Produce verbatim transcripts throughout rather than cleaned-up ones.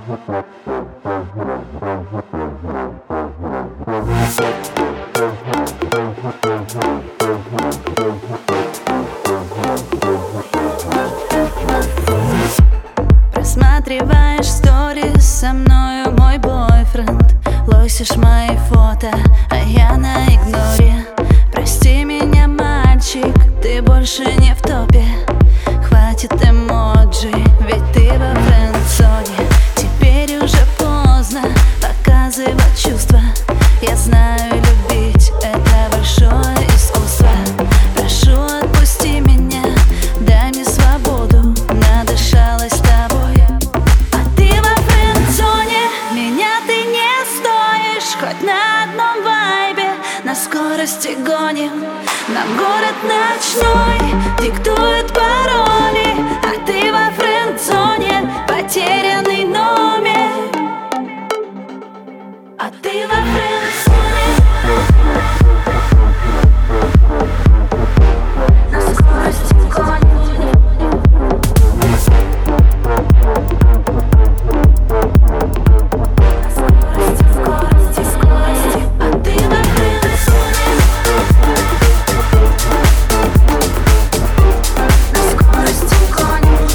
Просматриваешь сторис со мною, мой бойфренд. Лосишь мои фото, а я на игноре. Прости меня, мальчик, ты больше не в топе. Хватит эмоджи, ведь ты во френдзоне. Теперь уже поздно показывать чувства. Я знаю, любить — это большое искусство. Прошу, отпусти меня, дай мне свободу. Надышалась тобой, а ты во френдзоне. Меня ты не стоишь, хоть на одном вайбе. На скорости гоним, нам город ночной диктует пароли, а ты во френдзоне, потерянный номер. А ты во френдзоне. На скорости гоним. На скорости, скорости, скорости. А ты во френдзоне. На скорости гоним.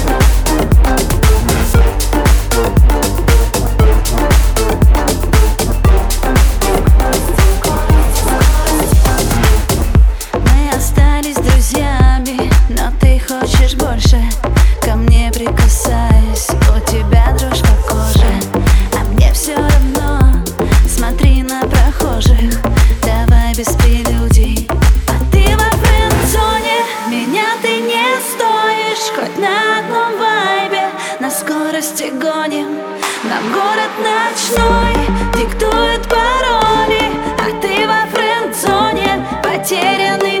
Мы остались друзьями, но ты хочешь больше. Ко мне прикасаясь, у тебя дрожь по коже. А мне все равно, смотри на прохожих. Давай без прелюдий, а ты во френдзоне. Меня ты не стоишь, хоть на одном вайбе. На скорости гоним, нам город ночной диктует пароли, а ты во френдзоне, потерянный